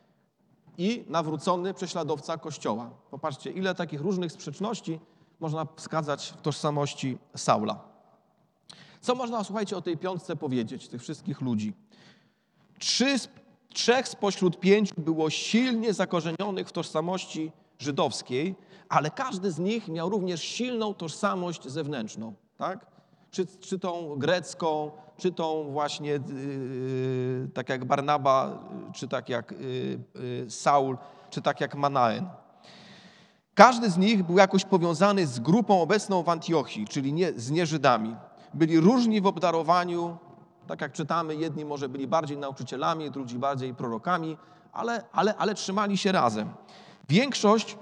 i nawrócony prześladowca Kościoła. Popatrzcie, ile takich różnych sprzeczności można wskazać w tożsamości Saula. Co można, słuchajcie, o tej piątce powiedzieć, tych wszystkich ludzi? Trzy, trzech spośród pięciu było silnie zakorzenionych w tożsamości żydowskiej, ale każdy z nich miał również silną tożsamość zewnętrzną, tak? Czy, czy tą grecką, czy tą właśnie yy, tak jak Barnaba, czy tak jak yy, yy, Saul, czy tak jak Manaen. Każdy z nich był jakoś powiązany z grupą obecną w Antiochii, czyli nie, z nieżydami. Byli różni w obdarowaniu, tak jak czytamy, jedni może byli bardziej nauczycielami, drudzy bardziej prorokami, ale, ale, ale trzymali się razem. Większość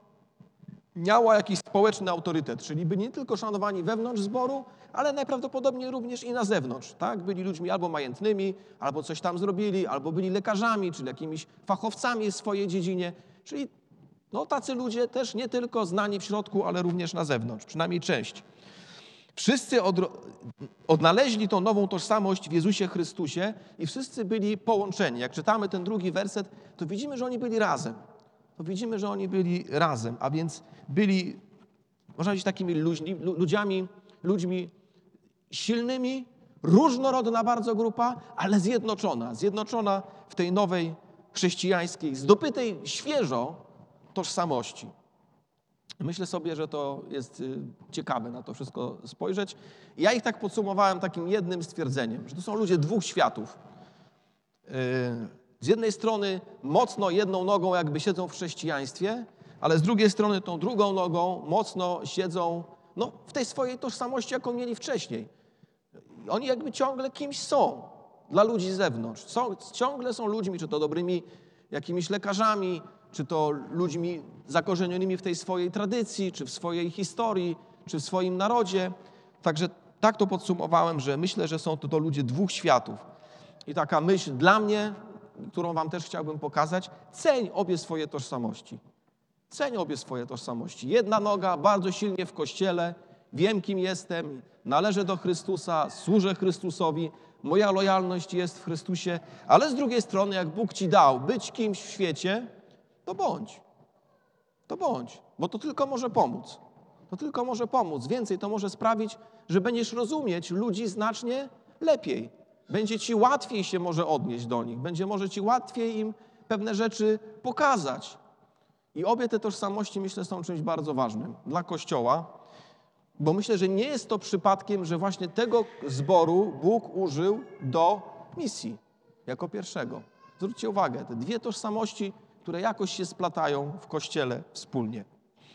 miała jakiś społeczny autorytet, czyli byli nie tylko szanowani wewnątrz zboru, ale najprawdopodobniej również i na zewnątrz. Tak? Byli ludźmi albo majętnymi, albo coś tam zrobili, albo byli lekarzami, czyli jakimiś fachowcami w swojej dziedzinie. Czyli no, tacy ludzie też nie tylko znani w środku, ale również na zewnątrz, przynajmniej część. Wszyscy odro- odnaleźli tą nową tożsamość w Jezusie Chrystusie i wszyscy byli połączeni. Jak czytamy ten drugi werset, to widzimy, że oni byli razem. To widzimy, że oni byli razem, a więc byli, można powiedzieć, takimi ludźmi, ludziami, ludźmi silnymi, różnorodna bardzo grupa, ale zjednoczona. Zjednoczona w tej nowej chrześcijańskiej, zdobytej świeżo tożsamości. Myślę sobie, że to jest ciekawe na to wszystko spojrzeć. Ja ich tak podsumowałem takim jednym stwierdzeniem, że to są ludzie dwóch światów. Z jednej strony mocno jedną nogą jakby siedzą w chrześcijaństwie, ale z drugiej strony tą drugą nogą mocno siedzą no, w tej swojej tożsamości, jaką mieli wcześniej. Oni jakby ciągle kimś są dla ludzi z zewnątrz. Są, ciągle są ludźmi, czy to dobrymi jakimiś lekarzami, czy to ludźmi zakorzenionymi w tej swojej tradycji, czy w swojej historii, czy w swoim narodzie. Także tak to podsumowałem, że myślę, że są to, to ludzie dwóch światów. I taka myśl dla mnie, którą wam też chciałbym pokazać, ceń obie swoje tożsamości. Ceń obie swoje tożsamości. Jedna noga bardzo silnie w Kościele, wiem kim jestem, należę do Chrystusa, służę Chrystusowi, moja lojalność jest w Chrystusie, ale z drugiej strony, jak Bóg ci dał być kimś w świecie, to bądź. To bądź, bo to tylko może pomóc. To tylko może pomóc. Więcej to może sprawić, że będziesz rozumieć ludzi znacznie lepiej. Będzie ci łatwiej się może odnieść do nich. Będzie może ci łatwiej im pewne rzeczy pokazać. I obie te tożsamości, myślę, są czymś bardzo ważnym dla Kościoła, bo myślę, że nie jest to przypadkiem, że właśnie tego zboru Bóg użył do misji jako pierwszego. Zwróćcie uwagę, te dwie tożsamości, które jakoś się splatają w Kościele wspólnie.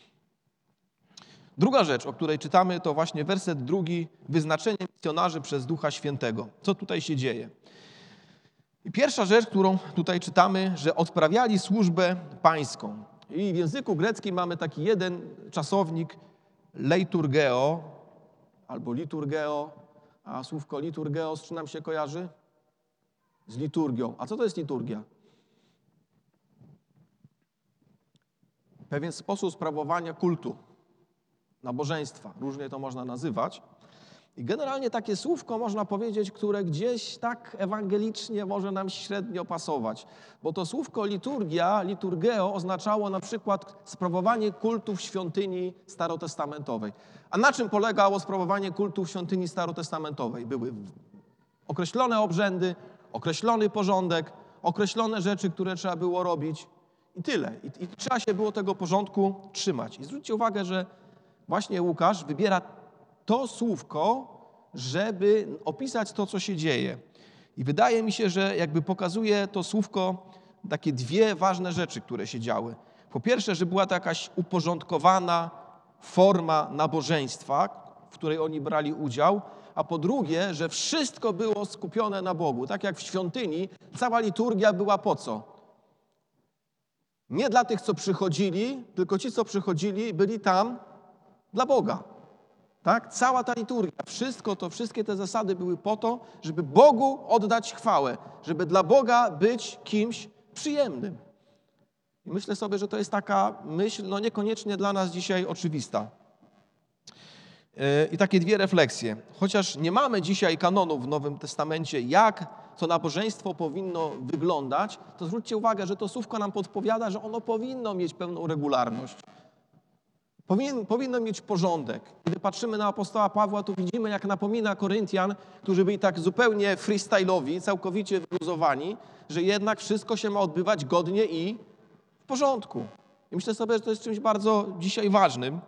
Druga rzecz, o której czytamy, to właśnie werset drugi, wyznaczenie misjonarzy przez Ducha Świętego. Co tutaj się dzieje? I pierwsza rzecz, którą tutaj czytamy, że odprawiali służbę pańską. I w języku greckim mamy taki jeden czasownik leiturgeo albo liturgeo, a słówko liturgeo z czym nam się kojarzy? Z liturgią. A co to jest liturgia? pewien sposób sprawowania kultu, nabożeństwa, różnie to można nazywać. I generalnie takie słówko można powiedzieć, które gdzieś tak ewangelicznie może nam średnio pasować. Bo to słówko liturgia, liturgeo oznaczało na przykład sprawowanie kultu w świątyni starotestamentowej. A na czym polegało sprawowanie kultu w świątyni starotestamentowej? Były określone obrzędy, określony porządek, określone rzeczy, które trzeba było robić i tyle. I, i trzeba się było tego porządku trzymać. I zwróćcie uwagę, że właśnie Łukasz wybiera to słówko, żeby opisać to, co się dzieje. I wydaje mi się, że jakby pokazuje to słówko takie dwie ważne rzeczy, które się działy. Po pierwsze, że była to jakaś uporządkowana forma nabożeństwa, w której oni brali udział, a po drugie, że wszystko było skupione na Bogu. Tak jak w świątyni, cała liturgia była po co? Nie dla tych, co przychodzili, tylko ci, co przychodzili, byli tam dla Boga. Tak? Cała ta liturgia, wszystko to, wszystkie te zasady były po to, żeby Bogu oddać chwałę, żeby dla Boga być kimś przyjemnym. I myślę sobie, że to jest taka myśl, no niekoniecznie dla nas dzisiaj oczywista. I takie dwie refleksje. Chociaż nie mamy dzisiaj kanonów w Nowym Testamencie, jak to nabożeństwo powinno wyglądać, to zwróćcie uwagę, że to słówko nam podpowiada, że ono powinno mieć pewną regularność. Powin, powinno mieć porządek. Kiedy patrzymy na apostoła Pawła, to widzimy, jak napomina Koryntian, którzy byli tak zupełnie freestyle'owi, całkowicie wyluzowani, że jednak wszystko się ma odbywać godnie i w porządku. I myślę sobie, że to jest czymś bardzo dzisiaj ważnym.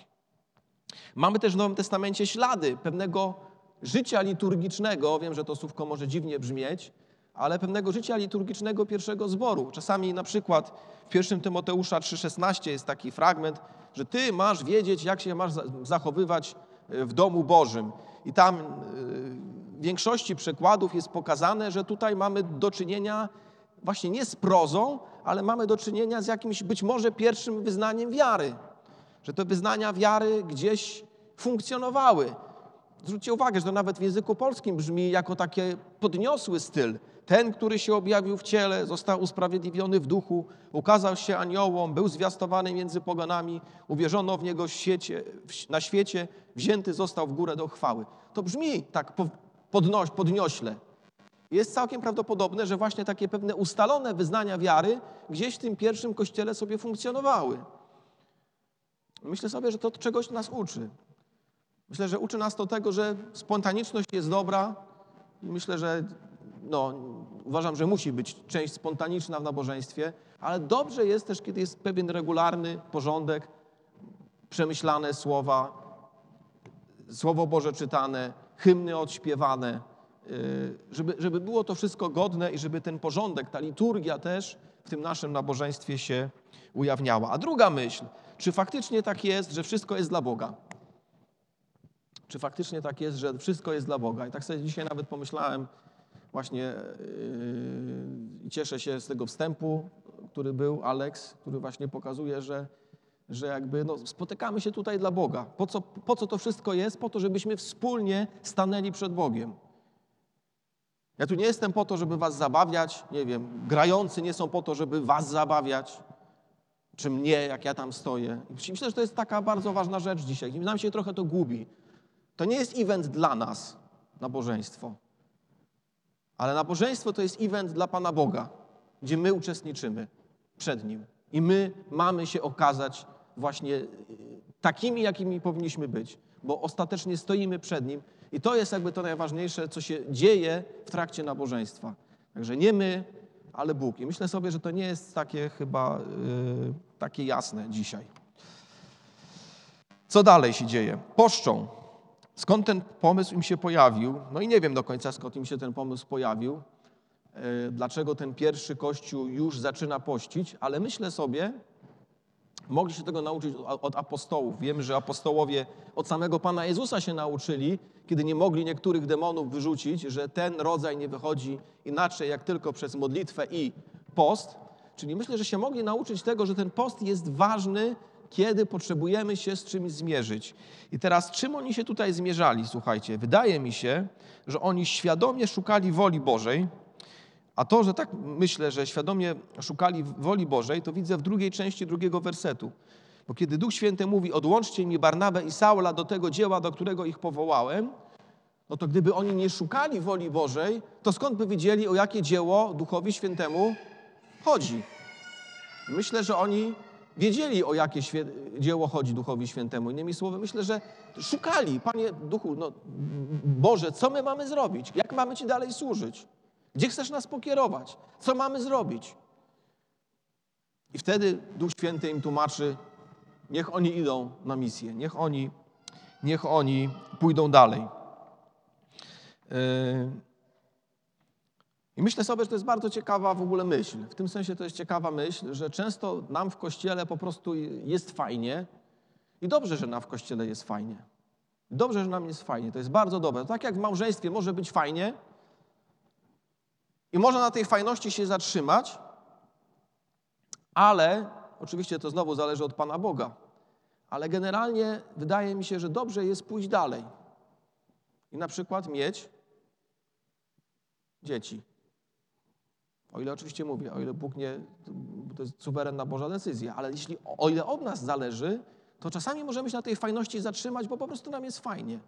Mamy też w Nowym Testamencie ślady pewnego życia liturgicznego. Wiem, że to słówko może dziwnie brzmieć, ale pewnego życia liturgicznego pierwszego zboru. Czasami na przykład w pierwszym Tymoteusza trzy szesnaście jest taki fragment, że ty masz wiedzieć, jak się masz zachowywać w domu Bożym. I tam w większości przekładów jest pokazane, że tutaj mamy do czynienia właśnie nie z prozą, ale mamy do czynienia z jakimś być może pierwszym wyznaniem wiary. Że te wyznania wiary gdzieś funkcjonowały. Zwróćcie uwagę, że to nawet w języku polskim brzmi jako taki podniosły styl. Ten, który się objawił w ciele, został usprawiedliwiony w duchu, ukazał się aniołom, był zwiastowany między poganami, uwierzono w niego w świecie, na świecie, wzięty został w górę do chwały. To brzmi tak podnoś, podniośle. Jest całkiem prawdopodobne, że właśnie takie pewne ustalone wyznania wiary gdzieś w tym pierwszym kościele sobie funkcjonowały. Myślę sobie, że to czegoś nas uczy. Myślę, że uczy nas to tego, że spontaniczność jest dobra i myślę, że no, uważam, że musi być część spontaniczna w nabożeństwie, ale dobrze jest też, kiedy jest pewien regularny porządek, przemyślane słowa, Słowo Boże czytane, hymny odśpiewane, żeby, żeby było to wszystko godne i żeby ten porządek, ta liturgia też w tym naszym nabożeństwie się ujawniała. A druga myśl, czy faktycznie tak jest, że wszystko jest dla Boga? Czy faktycznie tak jest, że wszystko jest dla Boga? I tak sobie dzisiaj nawet pomyślałem, właśnie yy, cieszę się z tego wstępu, który był, Alex, który właśnie pokazuje, że, że jakby no, spotykamy się tutaj dla Boga. Po co, po co to wszystko jest? Po to, żebyśmy wspólnie stanęli przed Bogiem. Ja tu nie jestem po to, żeby was zabawiać, nie wiem, grający nie są po to, żeby was zabawiać, czy mnie, jak ja tam stoję. I myślę, że to jest taka bardzo ważna rzecz dzisiaj. Nam się trochę to gubi. To nie jest event dla nas, nabożeństwo. Ale nabożeństwo to jest event dla Pana Boga, gdzie my uczestniczymy przed Nim. I my mamy się okazać właśnie takimi, jakimi powinniśmy być, bo ostatecznie stoimy przed Nim. I to jest jakby to najważniejsze, co się dzieje w trakcie nabożeństwa. Także nie my, ale Bóg. I myślę sobie, że to nie jest takie chyba yy, takie jasne dzisiaj. Co dalej się dzieje? Poszczą. Skąd ten pomysł im się pojawił? No i nie wiem do końca, skąd im się ten pomysł pojawił. Yy, dlaczego ten pierwszy Kościół już zaczyna pościć, ale myślę sobie, mogli się tego nauczyć od, od apostołów. Wiemy, że apostołowie od samego Pana Jezusa się nauczyli, kiedy nie mogli niektórych demonów wyrzucić, że ten rodzaj nie wychodzi inaczej jak tylko przez modlitwę i post. Czyli myślę, że się mogli nauczyć tego, że ten post jest ważny, kiedy potrzebujemy się z czymś zmierzyć. I teraz czym oni się tutaj zmierzali? Słuchajcie, wydaje mi się, że oni świadomie szukali woli Bożej, A to, że tak myślę, że świadomie szukali woli Bożej, to widzę w drugiej części drugiego wersetu. Bo kiedy Duch Święty mówi, odłączcie mi Barnabę i Saula do tego dzieła, do którego ich powołałem, no to gdyby oni nie szukali woli Bożej, to skąd by wiedzieli, o jakie dzieło Duchowi Świętemu chodzi? Myślę, że oni wiedzieli, o jakie świe- dzieło chodzi Duchowi Świętemu. Innymi słowy, myślę, że szukali. Panie Duchu, no Boże, co my mamy zrobić? Jak mamy Ci dalej służyć? Gdzie chcesz nas pokierować? Co mamy zrobić? I wtedy Duch Święty im tłumaczy, niech oni idą na misję, niech oni, niech oni pójdą dalej. I myślę sobie, że to jest bardzo ciekawa w ogóle myśl. W tym sensie to jest ciekawa myśl, że często nam w Kościele po prostu jest fajnie i dobrze, że nam w Kościele jest fajnie. Dobrze, że nam jest fajnie. To jest bardzo dobre. Tak jak w małżeństwie może być fajnie i można na tej fajności się zatrzymać, ale oczywiście to znowu zależy od Pana Boga. Ale generalnie wydaje mi się, że dobrze jest pójść dalej i na przykład mieć dzieci. O ile oczywiście mówię, o ile Bóg nie, to jest suwerenna Boża decyzja, ale jeśli, o ile od nas zależy, to czasami możemy się na tej fajności zatrzymać, bo po prostu nam jest fajnie.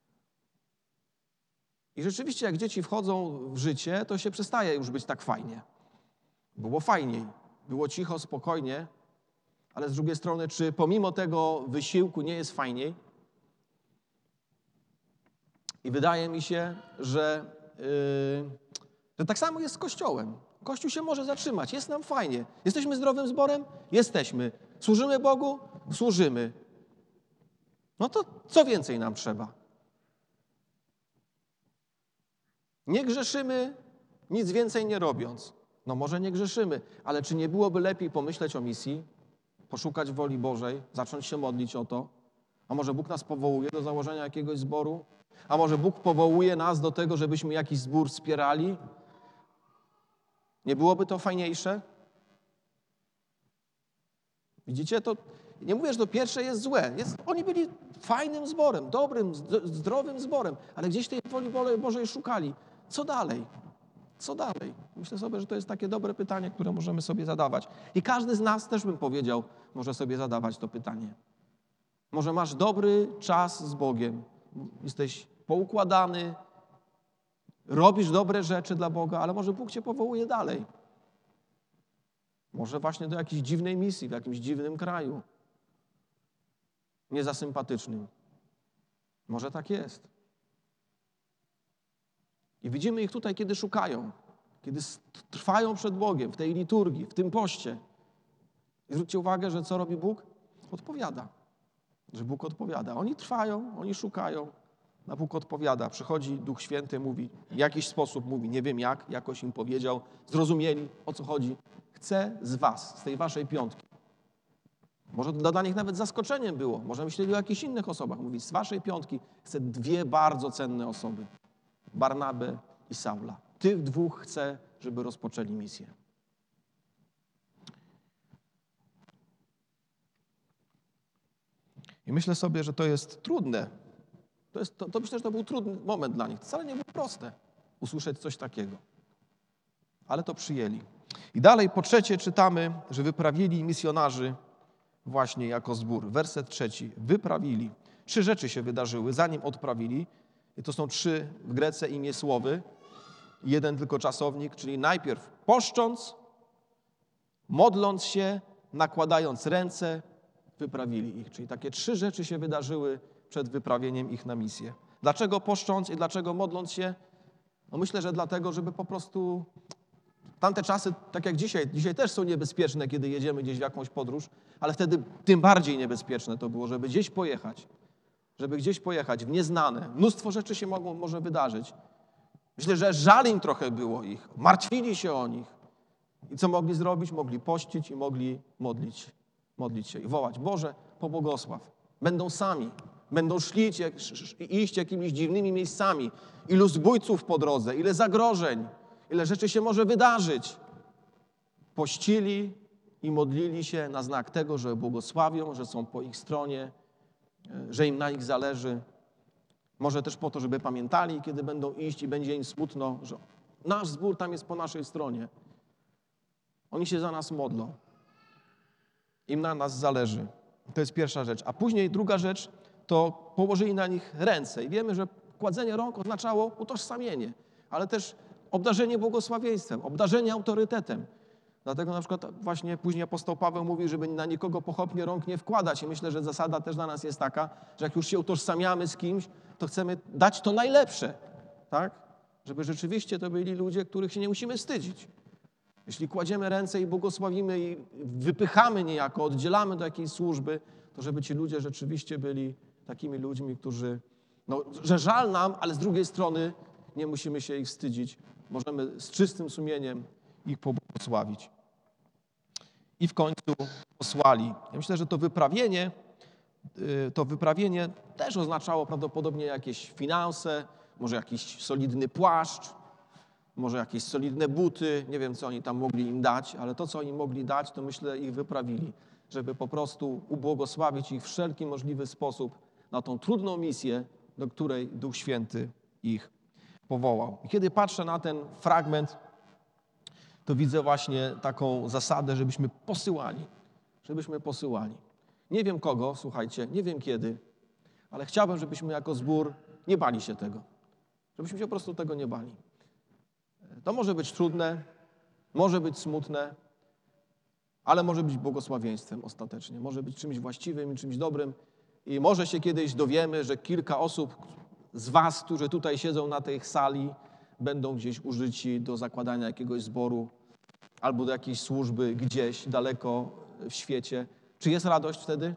I rzeczywiście jak dzieci wchodzą w życie, to się przestaje już być tak fajnie. Było fajniej, było cicho, spokojnie, ale z drugiej strony, czy pomimo tego wysiłku nie jest fajniej? I wydaje mi się, że, yy, że tak samo jest z Kościołem. Kościół się może zatrzymać, jest nam fajnie. Jesteśmy zdrowym zborem? Jesteśmy. Służymy Bogu? Służymy. No to co więcej nam trzeba? Nie grzeszymy, nic więcej nie robiąc. No może nie grzeszymy, ale czy nie byłoby lepiej pomyśleć o misji, poszukać woli Bożej, zacząć się modlić o to? A może Bóg nas powołuje do założenia jakiegoś zboru? A może Bóg powołuje nas do tego, żebyśmy jakiś zbór wspierali? Nie byłoby to fajniejsze? Widzicie, to nie mówię, że to pierwsze jest złe. Jest, oni byli fajnym zborem, dobrym, zdrowym zborem, ale gdzieś tej woli Bożej szukali. Co dalej? Co dalej? Myślę sobie, że to jest takie dobre pytanie, które możemy sobie zadawać. I każdy z nas też bym powiedział, może sobie zadawać to pytanie. Może masz dobry czas z Bogiem, jesteś poukładany, robisz dobre rzeczy dla Boga, ale może Bóg cię powołuje dalej. Może właśnie do jakiejś dziwnej misji, w jakimś dziwnym kraju. Nie za sympatycznym. Może tak jest. I widzimy ich tutaj, kiedy szukają, kiedy trwają przed Bogiem, w tej liturgii, w tym poście. I zwróćcie uwagę, że co robi Bóg? Odpowiada. Że Bóg odpowiada. Oni trwają, oni szukają, a Bóg odpowiada. Przychodzi Duch Święty, mówi, w jakiś sposób mówi, nie wiem jak, jakoś im powiedział, zrozumieli, o co chodzi. Chcę z was, z tej waszej piątki. Może to dla nich nawet zaskoczeniem było. Może myśleli o jakichś innych osobach. Mówi, z waszej piątki chcę dwie bardzo cenne osoby. Barnabę i Saula. Tych dwóch chcę, żeby rozpoczęli misję. I myślę sobie, że to jest trudne. To, jest, to, to myślę, że to był trudny moment dla nich. To wcale nie było proste usłyszeć coś takiego. Ale to przyjęli. I dalej po trzecie czytamy, że wyprawili misjonarzy właśnie jako zbór. Werset trzeci. Wyprawili. Trzy rzeczy się wydarzyły, zanim odprawili. I to są trzy w Grece imię słowy. Jeden tylko czasownik, czyli najpierw poszcząc, modląc się, nakładając ręce, wyprawili ich. Czyli takie trzy rzeczy się wydarzyły przed wyprawieniem ich na misję. Dlaczego poszcząc i dlaczego modląc się? No myślę, że dlatego, żeby po prostu... Tamte czasy, tak jak dzisiaj, dzisiaj też są niebezpieczne, kiedy jedziemy gdzieś w jakąś podróż, ale wtedy tym bardziej niebezpieczne to było, żeby gdzieś pojechać. Żeby gdzieś pojechać w nieznane. Mnóstwo rzeczy się mogło, może wydarzyć. Myślę, że żal im trochę było ich. Martwili się o nich. I co mogli zrobić? Mogli pościć i mogli modlić. Modlić się i wołać, Boże, pobłogosław. Będą sami. Będą szli i iść jakimiś dziwnymi miejscami. Ilu zbójców po drodze, ile zagrożeń, ile rzeczy się może wydarzyć. Pościli i modlili się na znak tego, że błogosławią, że są po ich stronie, że im na nich zależy. Może też po to, żeby pamiętali, kiedy będą iść i będzie im smutno, że Nasz zbór tam jest po naszej stronie. Oni się za nas modlą. Im na nas zależy. To jest pierwsza rzecz. A później druga rzecz to położyli na nich ręce. I wiemy, że kładzenie rąk oznaczało utożsamienie, ale też obdarzenie błogosławieństwem, obdarzenie autorytetem. Dlatego na przykład właśnie później apostoł Paweł mówi, żeby na nikogo pochopnie rąk nie wkładać. I myślę, że zasada też dla nas jest taka, że jak już się utożsamiamy z kimś, to chcemy dać to najlepsze, tak? Żeby rzeczywiście to byli ludzie, których się nie musimy wstydzić. Jeśli kładziemy ręce i błogosławimy i wypychamy niejako, oddzielamy do jakiejś służby, to żeby ci ludzie rzeczywiście byli takimi ludźmi, którzy, no, że żal nam, ale z drugiej strony nie musimy się ich wstydzić. Możemy z czystym sumieniem ich pobłogosławić. I w końcu posłali. Ja myślę, że to wyprawienie, to wyprawienie też oznaczało prawdopodobnie jakieś finanse, może jakiś solidny płaszcz, może jakieś solidne buty, nie wiem, co oni tam mogli im dać, ale to, co oni mogli dać, to myślę, ich wyprawili, żeby po prostu ubłogosławić ich w wszelki możliwy sposób na tą trudną misję, do której Duch Święty ich powołał. I kiedy patrzę na ten fragment, to widzę właśnie taką zasadę, żebyśmy posyłali, żebyśmy posyłali. Nie wiem kogo, słuchajcie, nie wiem kiedy, ale chciałbym, żebyśmy jako zbór nie bali się tego, żebyśmy się po prostu tego nie bali. To może być trudne, może być smutne, ale może być błogosławieństwem ostatecznie. Może być czymś właściwym i czymś dobrym. I może się kiedyś dowiemy, że kilka osób z was, którzy tutaj siedzą na tej sali, będą gdzieś użyci do zakładania jakiegoś zboru albo do jakiejś służby gdzieś daleko w świecie. Czy jest radość wtedy?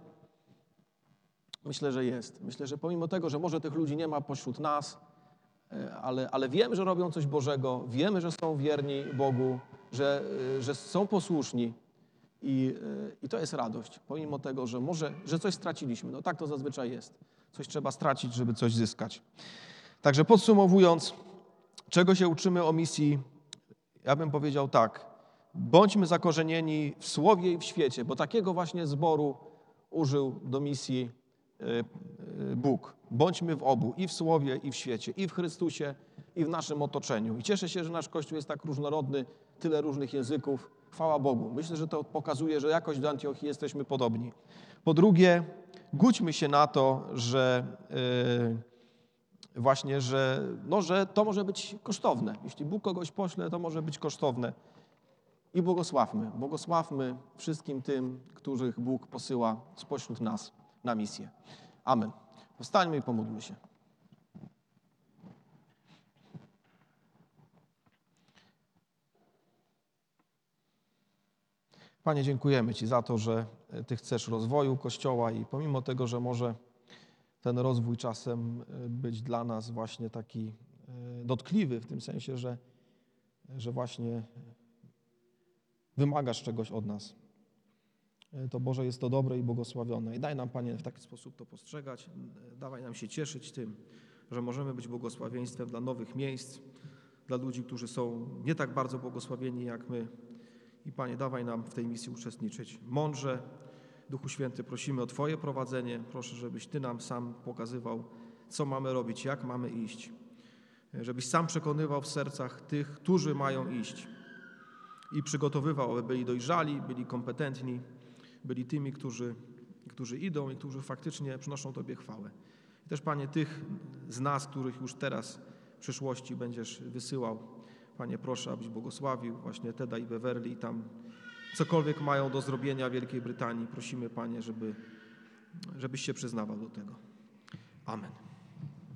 Myślę, że jest. Myślę, że pomimo tego, że może tych ludzi nie ma pośród nas, ale, ale wiemy, że robią coś Bożego, wiemy, że są wierni Bogu, że, że są posłuszni i, i to jest radość, pomimo tego, że może, że coś straciliśmy. No tak to zazwyczaj jest. Coś trzeba stracić, żeby coś zyskać. Także podsumowując, czego się uczymy o misji, ja bym powiedział tak, bądźmy zakorzenieni w słowie i w świecie, bo takiego właśnie zboru użył do misji Bóg. Bądźmy w obu, i w Słowie, i w świecie, i w Chrystusie, i w naszym otoczeniu. I cieszę się, że nasz Kościół jest tak różnorodny, tyle różnych języków. Chwała Bogu. Myślę, że to pokazuje, że jakoś do Antiochii jesteśmy podobni. Po drugie, gódźmy się na to, że yy, właśnie, że, no, że to może być kosztowne. Jeśli Bóg kogoś pośle, to może być kosztowne. I błogosławmy. Błogosławmy wszystkim tym, których Bóg posyła spośród nas na misję. Amen. Powstańmy i pomódlmy się. Panie, dziękujemy Ci za to, że Ty chcesz rozwoju Kościoła i pomimo tego, że może ten rozwój czasem być dla nas właśnie taki dotkliwy, w tym sensie, że, że właśnie wymagasz czegoś od nas, to Boże jest to dobre i błogosławione. I daj nam, Panie, w taki sposób to postrzegać. Dawaj nam się cieszyć tym, że możemy być błogosławieństwem dla nowych miejsc, dla ludzi, którzy są nie tak bardzo błogosławieni jak my. I Panie, dawaj nam w tej misji uczestniczyć mądrze. Duchu Święty, prosimy o Twoje prowadzenie. Proszę, żebyś Ty nam sam pokazywał, co mamy robić, jak mamy iść. Żebyś sam przekonywał w sercach tych, którzy mają iść. I przygotowywał, aby byli dojrzali, byli kompetentni, byli tymi, którzy, którzy idą i którzy faktycznie przynoszą Tobie chwałę. I też, Panie, tych z nas, których już teraz w przyszłości będziesz wysyłał, Panie, proszę, abyś błogosławił właśnie Teda i Beverly i tam cokolwiek mają do zrobienia w Wielkiej Brytanii. Prosimy, Panie, żeby, żebyś się przyznawał do tego. Amen.